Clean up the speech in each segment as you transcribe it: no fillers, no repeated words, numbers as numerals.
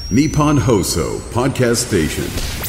Nippon Hoso Podcast Station。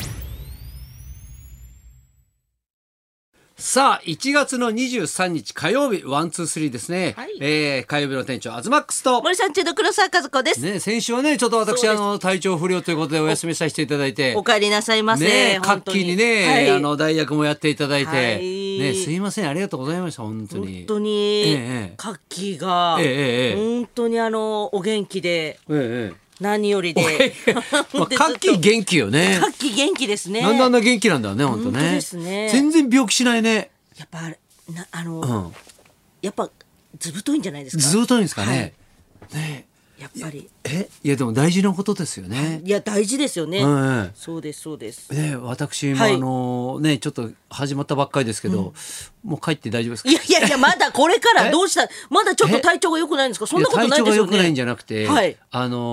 さあ1月の23日火曜日ワンツースリーですね、 はい。 火曜日の店長アズマックスと、 森さん中の黒沢和子です。 ね、先週はねちょっと私体調不良ということでお休みさせていただいて、 お帰りなさいませ。 ね、カッ本当キーにね、 はい代役もやっていただいて、 はいね、すいませんありがとうございました本当に。 本当に、 ええカッキーが、本当にお元気で、 ええ何よりで、 まあ、カッキー元気よね。 カッキー元気ですね。 なんであんな元気なんだよね本当ね。 本当ですね。 全然病気しないね。 やっぱうんやっぱずぶといんじゃないですか。 ずっといいんですかね。 はい、 ねやっぱりいやでも大事なことですよね。 いや大事ですよね。そうですそうです。 ね、私も、 はいねちょっと始まったばっかりですけど、もう帰って大丈夫ですか。 いやまだこれからどうしたまだちょっと体調が良くないんですか。そんなことないですよね。 体調が良くないんじゃなくて、 はい、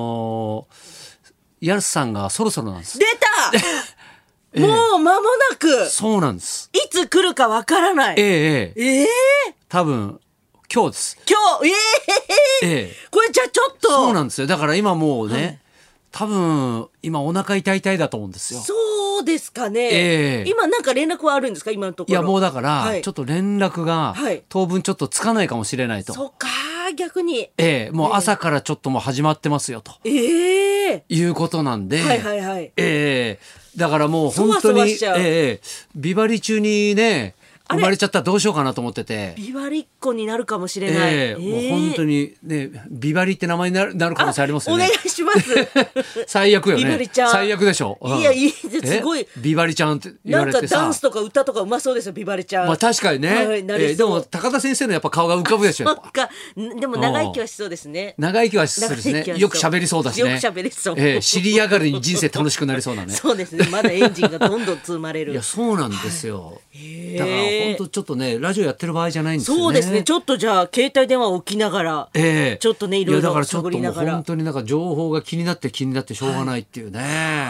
ヤスさんがそろそろなんです。 出たもう間もなくそうなんです。 いつ来るかわからない。 多分今日です。 今日これじゃあちょっとそうなんですよ。だから今もうね、多分今お腹痛いだと思うんですよ。 そうですかね。今なんか連絡はあるんですか今のところ。 いやもうだから、 はい、 ちょっと連絡が、 はい、 当分ちょっとつかないかもしれないと。 そっか逆に。 もう朝からちょっともう始まってますよと。いうことなんで。だからもう本当にビバリ中にね生まれちゃったらどうしようかなと思ってて。 ビバリっ子になるかもしれない。 もう本当にねビバリって名前になる可能性ありますよね。 お願いします最悪よね。 ビバリちゃん最悪でしょ。 いやいいすごいビバリちゃんって言われてさ。 なんかダンスとか歌とかうまそうですよビバリちゃん。 まあ確かにね。でも高田先生のやっぱ顔が浮かぶでしょ。 そっかでも長生きはしそうですね。 長生きはしそうですね。よく喋りそうだしね。 よく喋りそう。 尻上がりに人生楽しくなりそうだね。 そうですね。まだエンジンがどんどん積まれる。 いやそうなんですよ。だから本当ちょっとねラジオやってる場合じゃないんですよね。 そうですね。ちょっとじゃあ携帯電話を置きながら、ちょっとねいろいろ探りながら。 いやだからちょっともう本当になんか情報が気になってしょうがないっていうね。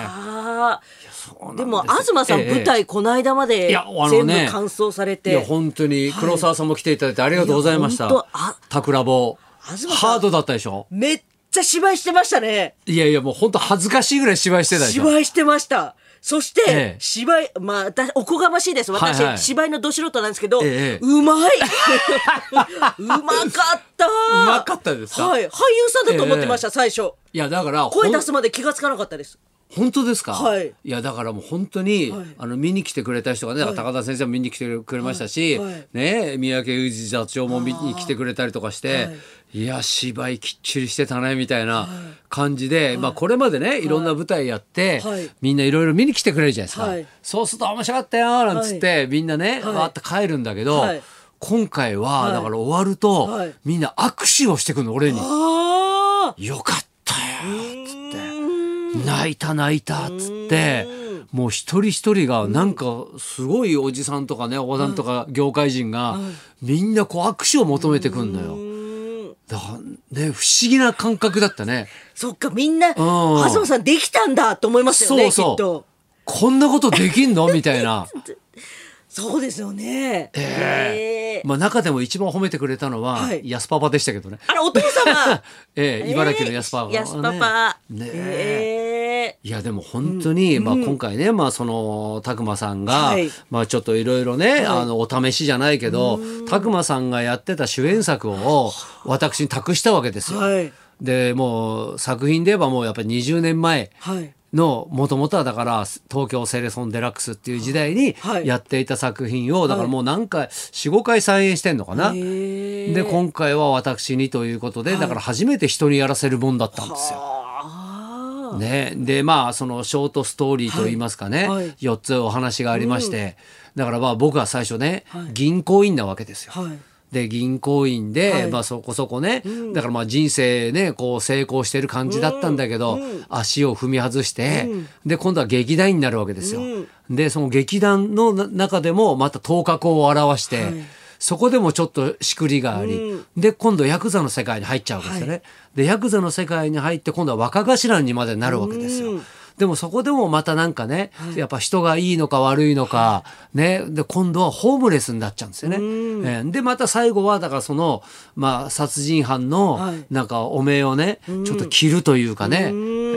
でも東さん舞台この間まで全部完走されて。 いや本当に黒沢さんも来ていただいてありがとうございました。タクラボハードだったでしょ。 めっちゃ芝居してましたね。 いやもう本当恥ずかしいぐらい芝居してたでしょ。 芝居してました。そして、芝居、おこがましいです。私、芝居のど素人なんですけど、うまいうまかったうまかったですか。 はい。俳優さんだと思ってました、最初。 いや、だから、 声出すまで気がつかなかったです。 本当ですか。 はい。 いやだからもう本当に、見に来てくれた人がね、高田先生も見に来てくれましたし、ね三宅裕司座長も見に来てくれたりとかして、いや芝居きっちりしてたねみたいな感じで、これまでねいろんな舞台やって、みんないろいろ見に来てくれるじゃないですか。そうすると面白かったよなんつって、みんなねわーって帰るんだけど、今回はだから終わると、みんな握手をしてくるの俺に。よかったよっつって。泣いたっつってもう一人一人がなんかすごいおじさんとかねおばさんとか業界人がみんなこう握手を求めてくんのよ。だからね不思議な感覚だったね。 そっかみんな東さんできたんだと思いますよね。きっとこんなことできんのみたいな。 そうですよね。 中でも一番褒めてくれたのは安パパでしたけどね。 あれお父様茨城の安パパ、 安パパいやでも本当に、今回ね、その拓磨さんが、ちょっといろいろね、お試しじゃないけど拓磨さんがやってた主演作を私に託したわけですよ。でもう作品で言えばもうやっぱり20年前のもともとはだから東京セレソンデラックスっていう時代にやっていた作品をだからもう何回 4,5 回再演してんのかな。で今回は私にということでだから初めて人にやらせるもんだったんですよ。ね、でそのショートストーリーといいますかね、4つお話がありまして、だから僕は最初ね、銀行員なわけですよ。で銀行員で、そこそこね、だから人生ねこう成功してる感じだったんだけど、足を踏み外して、で今度は劇団員になるわけですよ。でその劇団の中でもまた頭角を現して、そこでもちょっとしくりがあり、で今度ヤクザの世界に入っちゃうわけですよね。でヤクザの世界に入って今度は若頭にまでなるわけですよ。でもそこでもまたなんかね、やっぱ人がいいのか悪いのか、ね、で今度はホームレスになっちゃうんですよね。でまた最後はだからその、殺人犯のなんかお面をね、ちょっと着るというかね、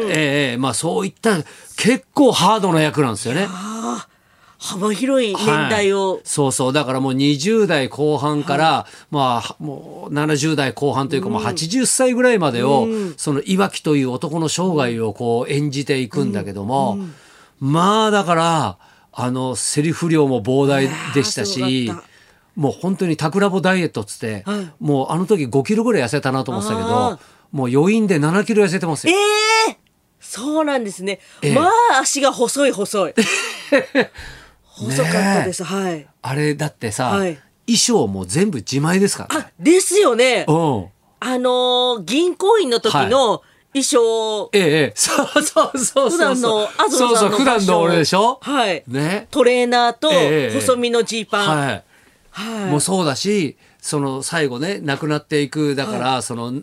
まあそういった結構ハードな役なんですよね。 幅広い年代を、 はい、そうそう、だからもう20代後半から、はい、まあもう70代後半というか、もう80歳ぐらいまでを、その岩城という男の生涯をこう演じていくんだけども、まあだからセリフ量も膨大でしたし、もう本当にタクラボダイエットっつって、はい、もうあの時5キロぐらい痩せたなと思ってたけど、もう余韻で7キロ痩せてますよ。 そうなんですね。まあ足が細い細かったです、ね、はい。 あれだってさ、はい、衣装も全部自前ですからね。 ですよね。銀行員の時の衣装、 そう普段の東さんの普段の俺でしょ、 はいね、トレーナーと細身のジーパン、 はいはい、もうそうだし、その最後ね亡くなっていく、だから、はい、その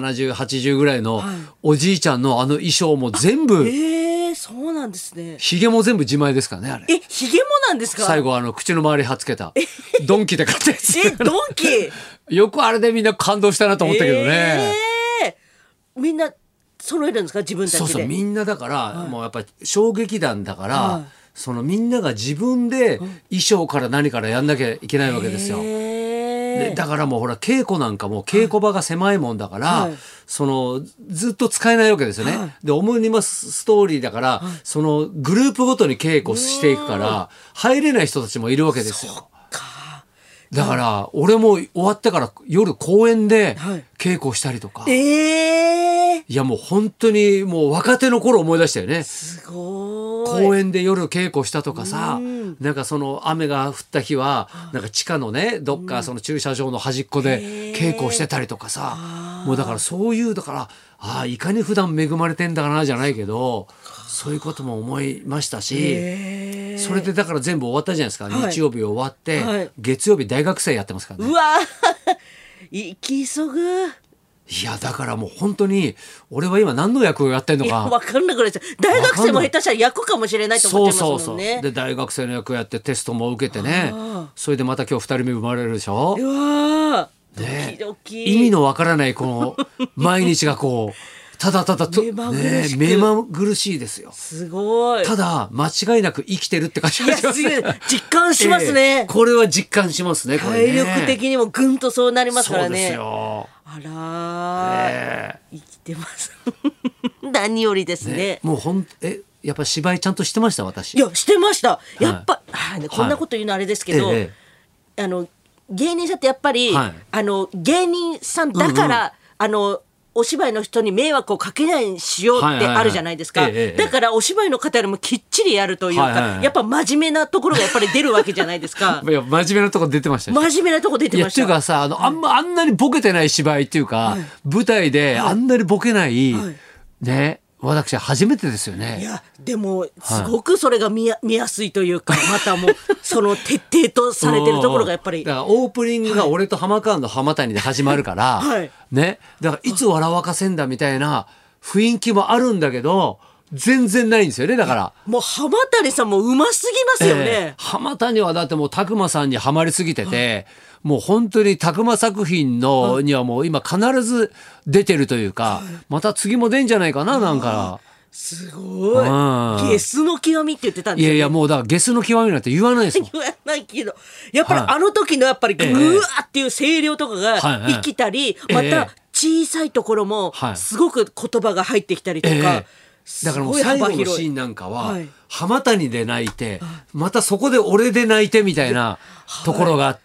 70、80ぐらいのおじいちゃんの衣装も全部、 そうなんですね。 ひげも全部自前ですからね、あれ。 ひげもなんですか。 最後口の周りはっつけたドンキで買ったやつ。 ドンキよくあれでみんな感動したなと思ったけどね。 みんな揃えるんですか、自分たちで。 そうみんなだから、はい、もうやっぱり小劇団だから、はい、そのみんなが自分で衣装から何からやんなきゃいけないわけですよ。でだからもうほら稽古なんかも稽古場が狭いもんだから、はい、そのずっと使えないわけですよね。はい、でオムニバスストーリーだから、はい、そのグループごとに稽古していくから入れない人たちもいるわけですよ。だから俺も終わってから夜公園で稽古したりとか、いやもう本当にもう若手の頃思い出したよね。 すごい。 公園で夜稽古したとかさ、なんかその雨が降った日はなんか地下のねどっかその駐車場の端っこで稽古してたりとかさ、もうだからそういうだからいかに普段恵まれてんだかなじゃないけど、そういうことも思いましたし、それでだから全部終わったじゃないですか、はい、日曜日終わって、はい、月曜日大学生やってますからね。 うわ生き急ぐ。 いやだからもう本当に俺は今何の役をやってんのか分かんなくなっちゃう。大学生も下手したら役かもしれないと思っちゃいますもんね。 そうで大学生の役やってテストも受けてね、それでまた今日2人目生まれるでしょ。 うわドキドキ、意味のわからないこの毎日がこうただただと目まぐるしいですよ。 すごい。 ただ間違いなく生きてるって感じがしますね。 実感しますね、 これは実感しますね。これね体力的にもぐんとそうなりますからね。 そうですよ。 あら、生きてます何よりですね。 もうやっぱ芝居ちゃんとしてました。私いやしてました。やっぱ、こんなこと言うのあれですけど、芸人さんってやっぱり、芸人さんだから、お芝居の人に迷惑をかけないようにしようってあるじゃないですか。だからお芝居の方よりもきっちりやるというか、やっぱ真面目なところがやっぱり出るわけじゃないですか。 いや真面目なところ出てました。 真面目なところ出てました。 っていうかさ、あんなにボケてない芝居っていうか、舞台であんなにボケない、ね、私初めてですよね。 いやでもすごくそれが見やすいというか、またもうその徹底とされてるところがやっぱりだからオープニングが俺と浜川の浜谷で始まるから、ね、だからいつ笑わかせんだみたいな雰囲気もあるんだけど全然ないんですよね。だからもう浜谷さんもうますぎますよね。 浜谷はだってもう拓磨さんにはまりすぎてて、もう本当に拓磨作品のにはもう今必ず出てるというか、また次も出んじゃないかな、なんか。 すごい。ゲスの極みって言ってたんですよね。 いやもうだからゲスの極みなんて言わないですもん。 言わないけどやっぱりあの時のやっぱりグワーっていう声量とかが生きたり、また小さいところもすごく言葉が入ってきたりとか、 だからもう最後のシーンなんかは浜谷で泣いて、またそこで俺で泣いてみたいなところがあって、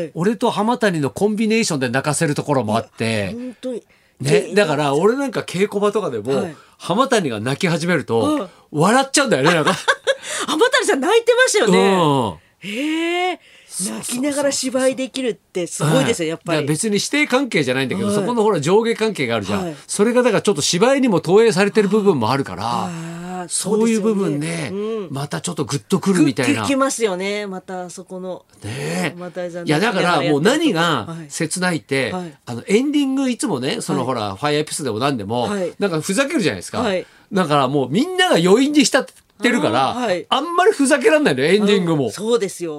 俺と浜谷のコンビネーションで泣かせるところもあって、 本当にね、だから俺なんか稽古場とかでも浜谷が泣き始めると笑っちゃうんだよね。なんか浜谷さん泣いてましたよね。泣きながら芝居できるってすごいですよ、やっぱり。 別に師弟関係じゃないんだけど、そこのほら上下関係があるじゃん、それがだからちょっと芝居にも投影されてる部分もあるから、そういう部分でまたちょっとグッとくるみたいな。 グッときますよね、またそこの。 いやだからもう何が切ないって、エンディングいつもね、そのほらファイアーピスでも何でもなんかふざけるじゃないですか。だからもうみんなが余韻に浸ってるから、あんまりふざけらんないのよ、エンディングも。 そうですよ。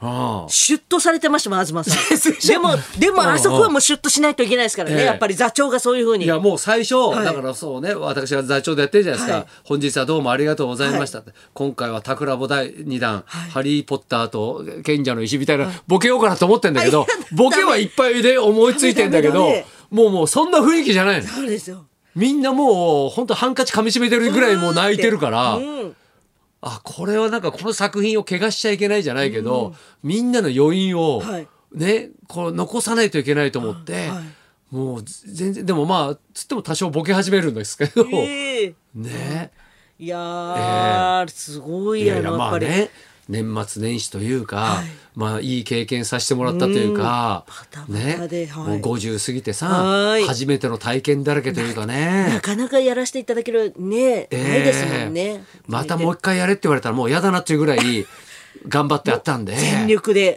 シュッとされてましたもん東さんでもあそこはもうシュッとしないといけないですからね、やっぱり座長がそういうふうに。 いやもう最初、だからそうね、私が座長でやってるじゃないですか、本日はどうもありがとうございましたって、今回は桜ボ第2弾、ハリーポッターと賢者の石みたいなボケようかなと思ってんだけど、ボケはいっぱいで思いついてんだけど、もうそんな雰囲気じゃないの。 そうですよ。 みんなもう本当ハンカチ噛み締めてるぐらいもう泣いてるから、これはなんかこの作品を怪我しちゃいけないじゃないけど、みんなの余韻をね、こう残さないといけないと思って、もう全然でもまあつっても多少ボケ始めるんですけど、ね。 いやすごいやっぱり。 年末年始というか、いい経験させてもらったというか、ね、もう50過ぎてさ、初めての体験だらけというかね、 なかなかやらせていただけるね、ないですもんね。 またもう一回やれって言われたらもう嫌だなっていうぐらい頑張ってやったんで、 全力で、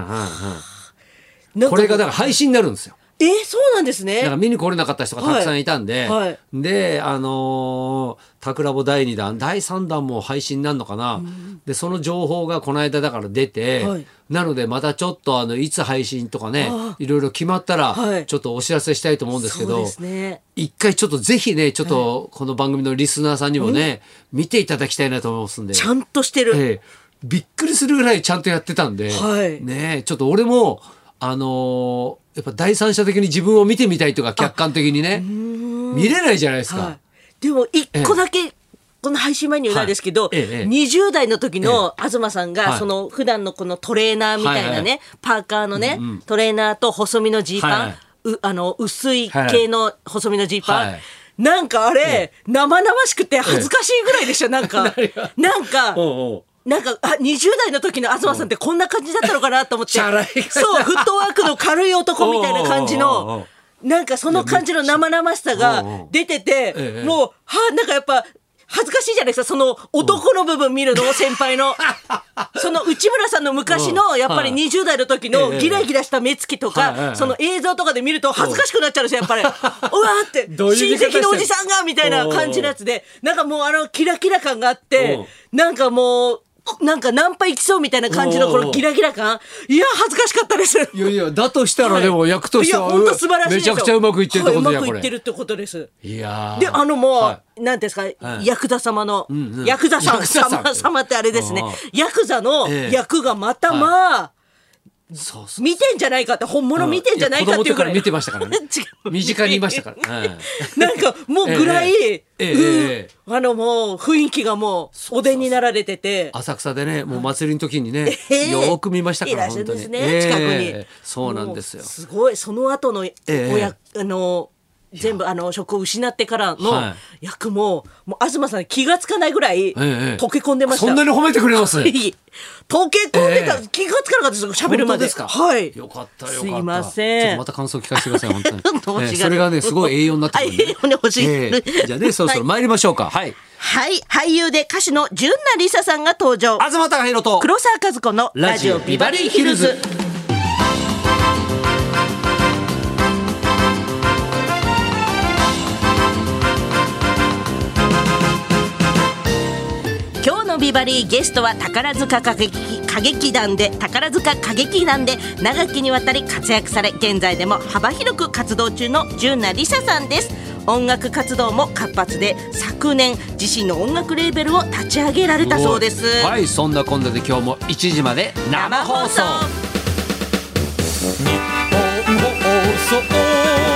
これがだから配信になるんですよ。 そうなんですね。 だから見に来れなかった人がたくさんいたんで、で桜ボ第2弾第3弾も配信になるのかな、でその情報がこの間だから出て、なのでまたちょっといつ配信とかね、いろいろ決まったらちょっとお知らせしたいと思うんですけど、一回ちょっとぜひねちょっとこの番組のリスナーさんにもね、見ていただきたいなと思いますんで。 ちゃんとしてる、 びっくりするぐらいちゃんとやってたんで、ね、ちょっと俺もやっぱ第三者的に自分を見てみたいとか客観的にね見れないじゃないですか。 でも一個だけ、この配信前に言うなんですけど、20代の時の東さんが、その普段のこのトレーナーみたいなね、パーカーのね、トレーナーと細身のジーパン、薄い系の細身のジーパン、なんかあれ、生々しくて恥ずかしいぐらいでした。なんか20代の時の東さんってこんな感じだったのかなと思って、そうフットワークの軽い男みたいな感じの、なんかその感じの生々しさが出てて、もうなんかやっぱ恥ずかしいじゃないですか、その男の部分見るの、先輩のその内村さんの昔のやっぱり20代の時のギラギラした目つきとか、その映像とかで見ると恥ずかしくなっちゃうんですよ、やっぱりうわーって親戚のおじさんがみたいな感じのやつで、なんかもうキラキラ感があって、なんかもうなんかナンパいきそうみたいな感じのこのギラギラ感、いや恥ずかしかったです。 いやだとしたらでも役としては本当素晴らしいですよ。 めちゃくちゃうまくいってるってことじゃん、これ。 うまくいってるってことです。 いやでもうなんですか、ヤクザ様のヤクザさん様ってあれですね、ヤクザの役がまた見てんじゃないかって、本物見てんじゃないかっていうくらい見てましたからね身近にいましたから、 なんかもうぐらいもう雰囲気がもうお出になられてて、 浅草でねもう祭りの時にねよく見ましたから、本当に近くに。そうなんですよ。 すごいその後の全部職を失ってからの役も東さん気がつかないぐらい溶け込んでました。 そんなに褒めてくれます？ 溶け込んでた、気がつかなかったです、喋るまで。はい、 よかったよかった。 すいません、 ちょっとまた感想聞かせてください本当にそれがねすごい栄養になってくるんで、 栄養に欲しい。 じゃあねそろそろ参りましょうか。はい、 俳優で歌手の純奈梨沙さんが登場。 東貴博と黒沢和子のラジオビバリーヒルズ。今日のビバリーゲストは宝塚歌劇団で長きにわたり活躍され、現在でも幅広く活動中の純奈梨沙さんです。音楽活動も活発で、昨年自身の音楽レーベルを立ち上げられたそうです。 はい、そんな今度で今日も1時まで生放送。日本放送